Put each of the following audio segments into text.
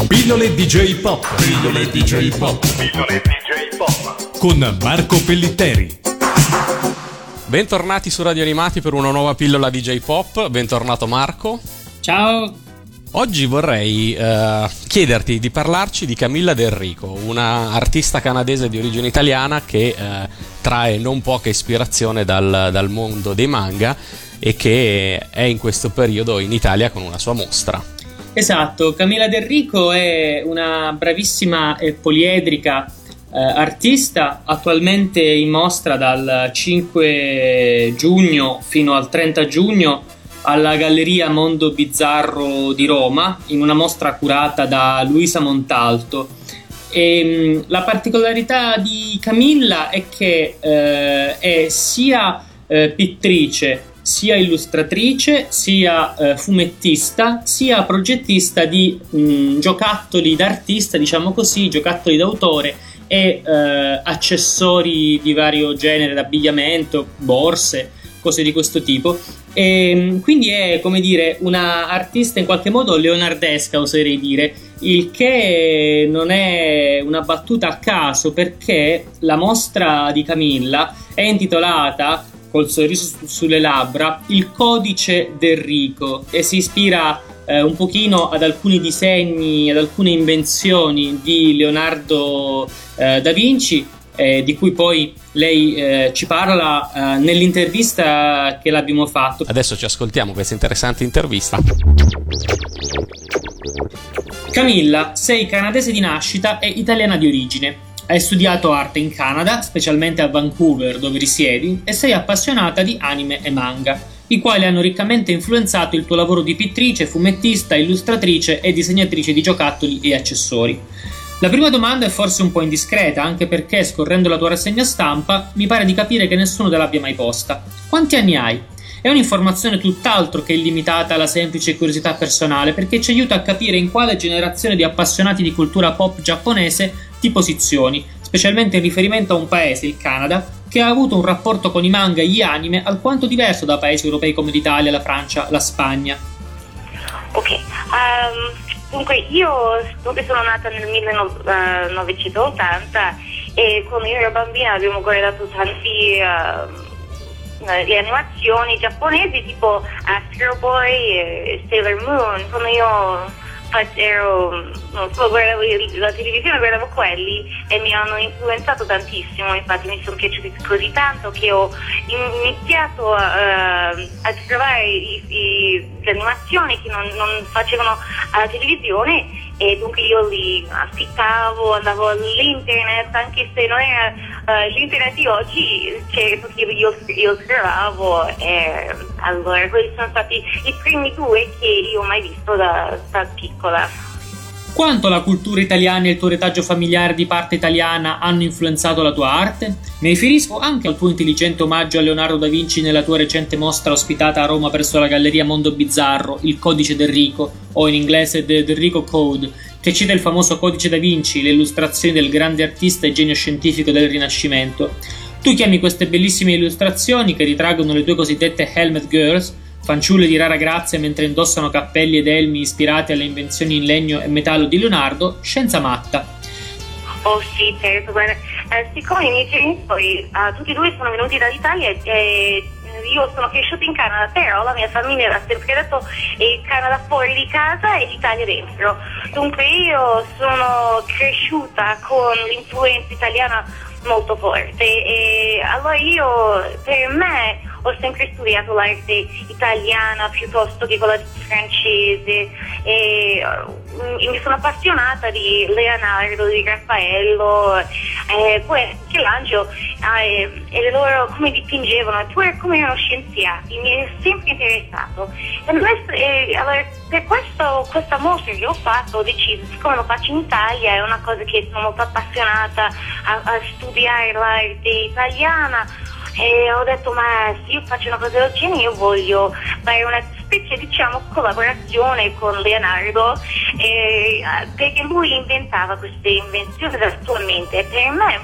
Pillole DJ Pop. Pillole DJ Pop. Pillole DJ Pop. Con Marco Pellitteri. Bentornati su Radio Animati per una nuova pillola DJ Pop. Bentornato Marco. Ciao. Oggi vorrei chiederti di parlarci di Camilla Del Rico, una artista canadese di origine italiana che trae non poca ispirazione dal mondo dei manga e che è in questo periodo in Italia con una sua mostra. Esatto, Camilla Del Rico è una bravissima e poliedrica artista, attualmente in mostra dal 5 giugno fino al 30 giugno alla Galleria Mondo Bizzarro di Roma, in una mostra curata da Luisa Montalto. E la particolarità di Camilla è che è sia pittrice, sia illustratrice, sia fumettista, sia progettista di giocattoli d'artista, diciamo così, giocattoli d'autore e accessori di vario genere, d'abbigliamento, borse, cose di questo tipo. E quindi è, come dire, una artista in qualche modo leonardesca, oserei dire, il che non è una battuta a caso, perché la mostra di Camilla è intitolata, col sorriso sulle labbra, Il codice del Rico, e si ispira un pochino ad alcuni disegni, ad alcune invenzioni di Leonardo da Vinci, di cui poi lei ci parla nell'intervista che l'abbiamo fatto. Adesso ci ascoltiamo questa interessante intervista. Camilla, sei canadese di nascita e italiana di origine. Hai studiato arte in Canada, specialmente a Vancouver, dove risiedi, e sei appassionata di anime e manga, i quali hanno riccamente influenzato il tuo lavoro di pittrice, fumettista, illustratrice e disegnatrice di giocattoli e accessori. La prima domanda è forse un po' indiscreta, anche perché, scorrendo la tua rassegna stampa, mi pare di capire che nessuno te l'abbia mai posta. Quanti anni hai? È un'informazione tutt'altro che illimitata alla semplice curiosità personale, perché ci aiuta a capire in quale generazione di appassionati di cultura pop giapponese ti posizioni, specialmente in riferimento a un paese, il Canada, che ha avuto un rapporto con i manga e gli anime alquanto diverso da paesi europei come l'Italia, la Francia, la Spagna. Ok, dunque io sono nata nel 1980 e quando io ero bambina abbiamo guardato tanti le animazioni giapponesi tipo Astro Boy e Sailor Moon. Quando io guardavo la televisione, guardavo quelli e mi hanno influenzato tantissimo. Infatti mi sono piaciuti così tanto che ho iniziato a trovare le animazioni che non facevano alla televisione, e dunque io li affittavo, andavo all'internet, anche se non era l'internet di oggi, perché io trovavo, e allora quelli sono stati i primi due che io ho mai visto da piccola. Quanto la cultura italiana e il tuo retaggio familiare di parte italiana hanno influenzato la tua arte? Mi riferisco anche al tuo intelligente omaggio a Leonardo da Vinci nella tua recente mostra ospitata a Roma presso la Galleria Mondo Bizzarro, Il codice del Rico, o in inglese The Rico Code, che cita il famoso codice da Vinci, le illustrazioni del grande artista e genio scientifico del Rinascimento. Tu chiami queste bellissime illustrazioni, che ritraggono le tue cosiddette Helmet Girls, fanciulle di rara grazia mentre indossano cappelli ed elmi ispirati alle invenzioni in legno e metallo di Leonardo, scienza matta. Oh sì, certo, guarda, siccome i miei genitori tutti e due sono venuti dall'Italia e io sono cresciuta in Canada, però la mia famiglia ha sempre detto il Canada fuori di casa e l'Italia dentro. Dunque io sono cresciuta con l'influenza italiana molto forte, e allora per me ho sempre studiato l'arte italiana piuttosto che quella francese, e mi sono appassionata di Leonardo, di Raffaello, poi Michelangelo, e loro come dipingevano e poi come erano scienziati, mi è sempre interessato. Allora, per questa mostra che ho fatto ho deciso, siccome lo faccio in Italia, è una cosa che sono molto appassionata a studiare l'arte italiana, e ho detto, ma se io faccio una cosa del genere io voglio fare una specie, diciamo, collaborazione con Leonardo, perché lui inventava queste invenzioni da sua mente, e per me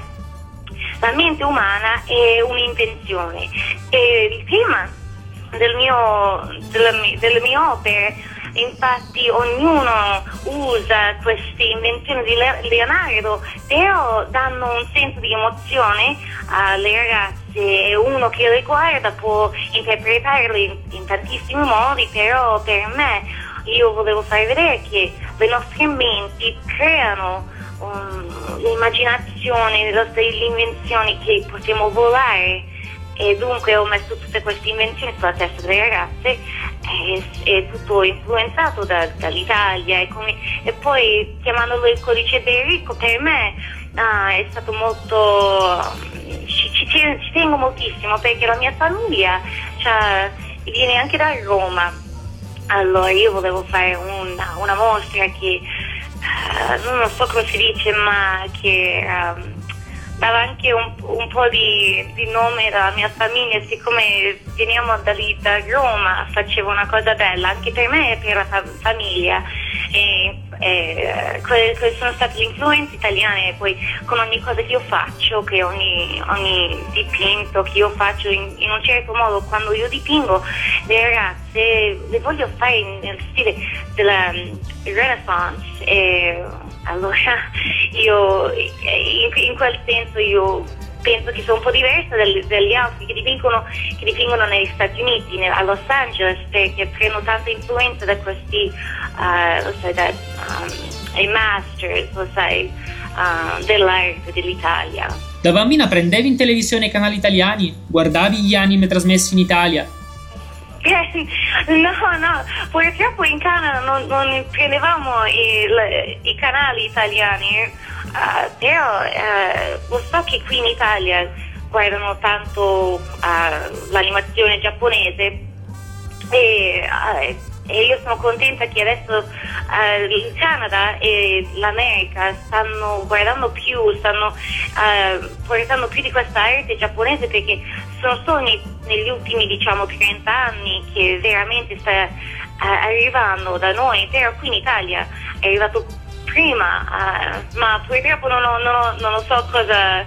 la mente umana è un'invenzione, e il tema delle mie opere infatti ognuno usa queste invenzioni di Leonardo, però danno un senso di emozione alle ragazze, e uno che le guarda può interpretarle in tantissimi modi, però per me io volevo far vedere che le nostre menti creano l'immaginazione, le invenzioni, che possiamo volare, e dunque ho messo tutte queste invenzioni sulla testa delle ragazze, è tutto influenzato dall'Italia, e poi chiamandolo il codice del ricco per me è stato molto, ci tengo moltissimo, perché la mia famiglia viene anche da Roma. Allora io volevo fare una mostra che non so come si dice, ma che dava anche un po' di nome alla mia famiglia, siccome veniamo da lì, da Roma, facevo una cosa bella anche per me e per la famiglia, e quelle sono state le influenze italiane. E poi con ogni cosa che io faccio, che ogni dipinto che io faccio in un certo modo, quando io dipingo le ragazze le voglio fare nel stile della Renaissance, e allora io in quel senso io penso che sono un po' diversa dagli altri che dipingono negli Stati Uniti, a Los Angeles, perché prendo tanta influenza da questi i masters, dell'arte dell'Italia. Da bambina prendevi in televisione i canali italiani? Guardavi gli anime trasmessi in Italia? No, purtroppo in Canada non prendevamo i canali italiani, però lo so che qui in Italia guardano tanto l'animazione giapponese, e io sono contenta che adesso il Canada e l'America stanno guardando più, stanno portando più di questa arte giapponese, perché sono solo negli ultimi 30 anni che veramente sta arrivando da noi, però qui in Italia è arrivato prima, ma purtroppo non lo so cosa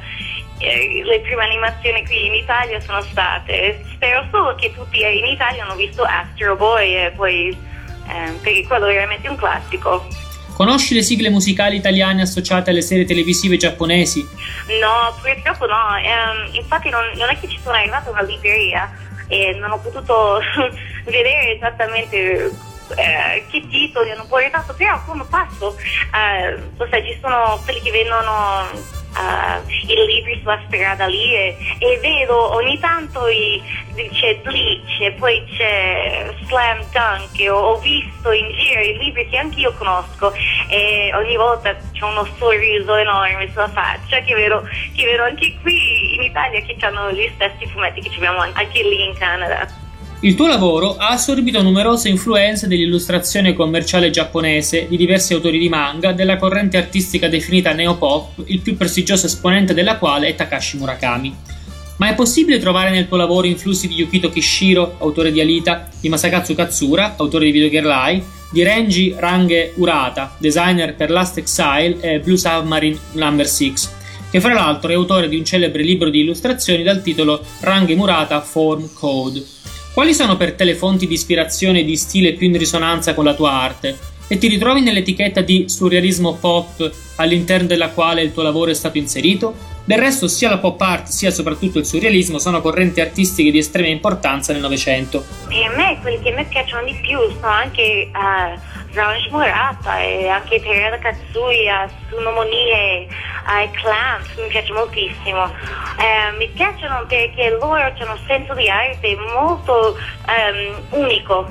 le prime animazioni qui in Italia sono state. Spero solo che tutti in Italia hanno visto Astro Boy, e poi perché quello è veramente un classico. Conosci le sigle musicali italiane associate alle serie televisive giapponesi? No, purtroppo no, infatti non è che ci sono arrivata una libreria e non ho potuto vedere esattamente che titoli hanno portato, però come passo ci sono quelli che vendono i libri sulla strada lì, e vedo ogni tanto c'è Bleach, e poi c'è Slam Dunk, e ho visto in giro i libri che anche io conosco, e ogni volta c'è uno sorriso enorme sulla faccia che vedo anche qui in Italia, che hanno gli stessi fumetti che abbiamo anche lì in Canada. Il tuo lavoro ha assorbito numerose influenze dell'illustrazione commerciale giapponese di diversi autori di manga della corrente artistica definita neopop, il più prestigioso esponente della quale è Takashi Murakami. Ma è possibile trovare nel tuo lavoro influssi di Yukito Kishiro, autore di Alita, di Masakatsu Katsura, autore di Video Girl Eye, di Renji Range Urata, designer per Last Exile e Blue Submarine No. 6, che fra l'altro è autore di un celebre libro di illustrazioni dal titolo Range Murata Form Code. Quali sono per te le fonti di ispirazione e di stile più in risonanza con la tua arte? E ti ritrovi nell'etichetta di surrealismo pop all'interno della quale il tuo lavoro è stato inserito? Del resto sia la pop art sia soprattutto il surrealismo sono correnti artistiche di estrema importanza nel Novecento. E a me quelli che mi piacciono di più sono anche Range Murata e anche Terada Katsuya, Tsunomoni e Clamp, mi piace moltissimo. Mi piacciono perché loro hanno un senso di arte molto unico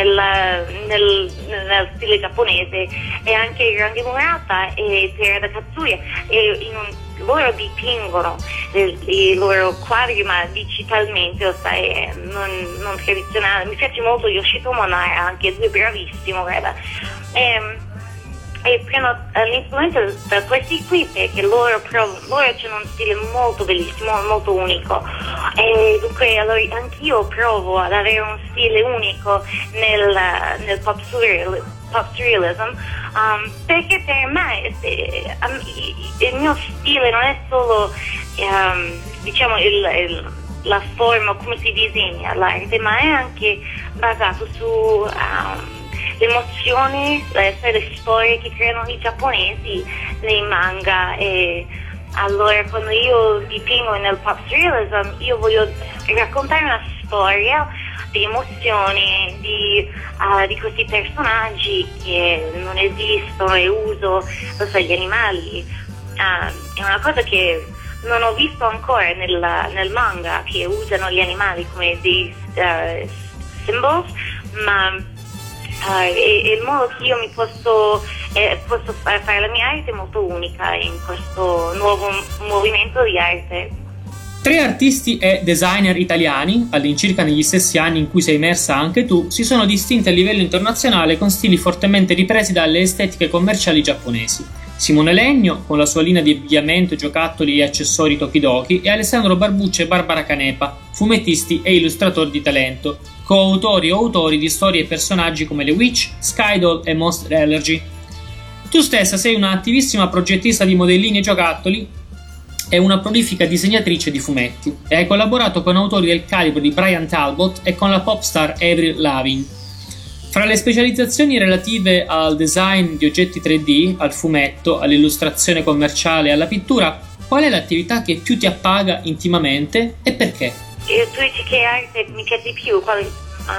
nel stile giapponese, e anche Range Murata e Terada Katsuya loro dipingono i loro quadri ma digitalmente, non tradizionale. Mi piace molto Yoshito Monara, anche lui è bravissimo, guarda. E prendo l'influenza da questi qui perché loro hanno un stile molto bellissimo, molto unico, e dunque allora anch'io provo ad avere un stile unico nel pop surrealism, perché per me il mio stile non è solo la forma, come si disegna l'arte, ma è anche basato emozioni, le storie che creano i giapponesi nei manga. E allora quando io dipingo nel pop surrealism io voglio raccontare una storia di emozioni di questi personaggi che non esistono e uso gli animali. È una cosa che non ho visto ancora nel manga, che usano gli animali come dei symbols, ma il modo che io mi posso fare la mia arte è molto unica in questo nuovo movimento di arte. 3 artisti e designer italiani, all'incirca negli stessi anni in cui sei immersa anche tu, si sono distinti a livello internazionale con stili fortemente ripresi dalle estetiche commerciali giapponesi. Simone Legno, con la sua linea di abbigliamento, giocattoli e accessori Tokidoki, e Alessandro Barbucci e Barbara Canepa, fumettisti e illustratori di talento, coautori o autori di storie e personaggi come The Witch, Skydoll e Monster Allergy. Tu stessa sei una attivissima progettista di modellini e giocattoli e una prolifica disegnatrice di fumetti, e hai collaborato con autori del calibro di Brian Talbot e con la pop star Avril Lavigne. Fra le specializzazioni relative al design di oggetti 3D, al fumetto, all'illustrazione commerciale e alla pittura, qual è l'attività che più ti appaga intimamente e perché? Tu dici che arte mi piace di più? Per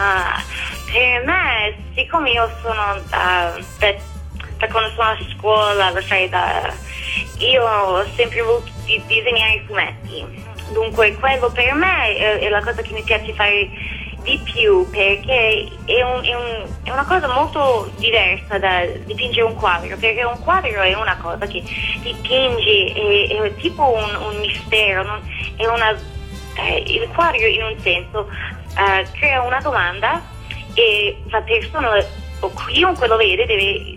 me, siccome io sono da quando sono a scuola, lo sai, io ho sempre voluto disegnare i fumetti, dunque quello per me è la cosa che mi piace fare di più, perché è una cosa molto diversa da dipingere un quadro, perché un quadro è una cosa che dipingi, è tipo un mistero, il quadro in un senso crea una domanda e la persona o chiunque lo vede deve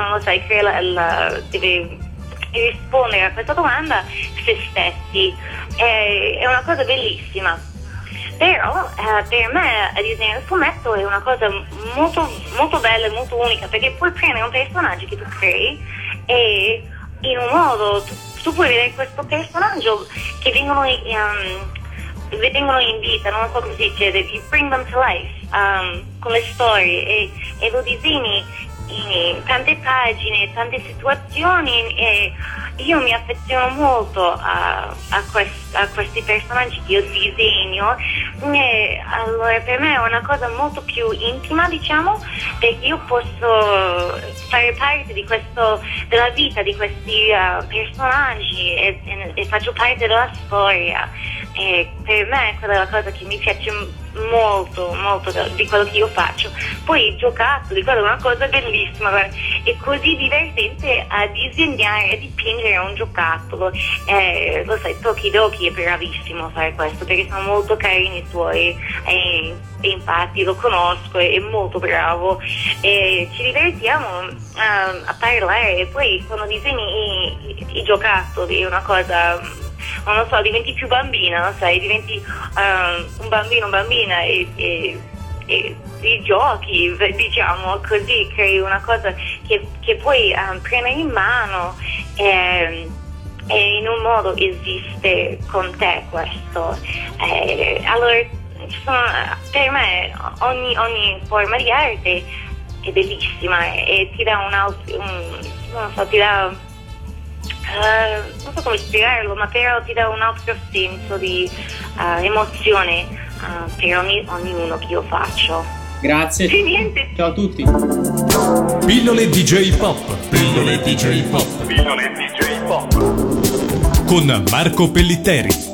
rispondere a questa domanda se stessi. È una cosa bellissima, però per me disegnare il fumetto è una cosa molto, molto bella e molto unica, perché puoi prendere un personaggio che tu crei e in un modo tu puoi vedere questo personaggio che vengono in vita, non so come si dice, you bring them to life con le storie e lo disegni in tante pagine, tante situazioni, e io mi affeziono molto a questi personaggi che io disegno, e allora per me è una cosa molto più intima, diciamo, perché io posso fare parte della vita di questi personaggi e faccio parte della storia, e per me quella è la cosa che mi piace molto, molto di quello che io faccio. Poi i giocattoli, quella è una cosa bellissima, guarda, è così divertente a disegnare e dipingere un giocattolo, lo sai, Tokidoki è bravissimo a fare questo perché sono molto carini i suoi, e infatti lo conosco, è molto bravo, e ci divertiamo a parlare, e poi quando disegni i giocattoli è una cosa, non lo so, diventi più bambina, lo sai, diventi un bambino, bambina, e i giochi, diciamo così, crei una cosa che puoi prendere in mano e in un modo esiste con te questo. Allora per me ogni forma di arte è bellissima e ti dà non so come spiegarlo, ma però ti dà un altro senso di emozione per ognuno che io faccio. Grazie. Sì, niente. Ciao a tutti. Pillole DJ Pop. Pillole DJ Pop. Pillole DJ Pop. Con Marco Pellitteri.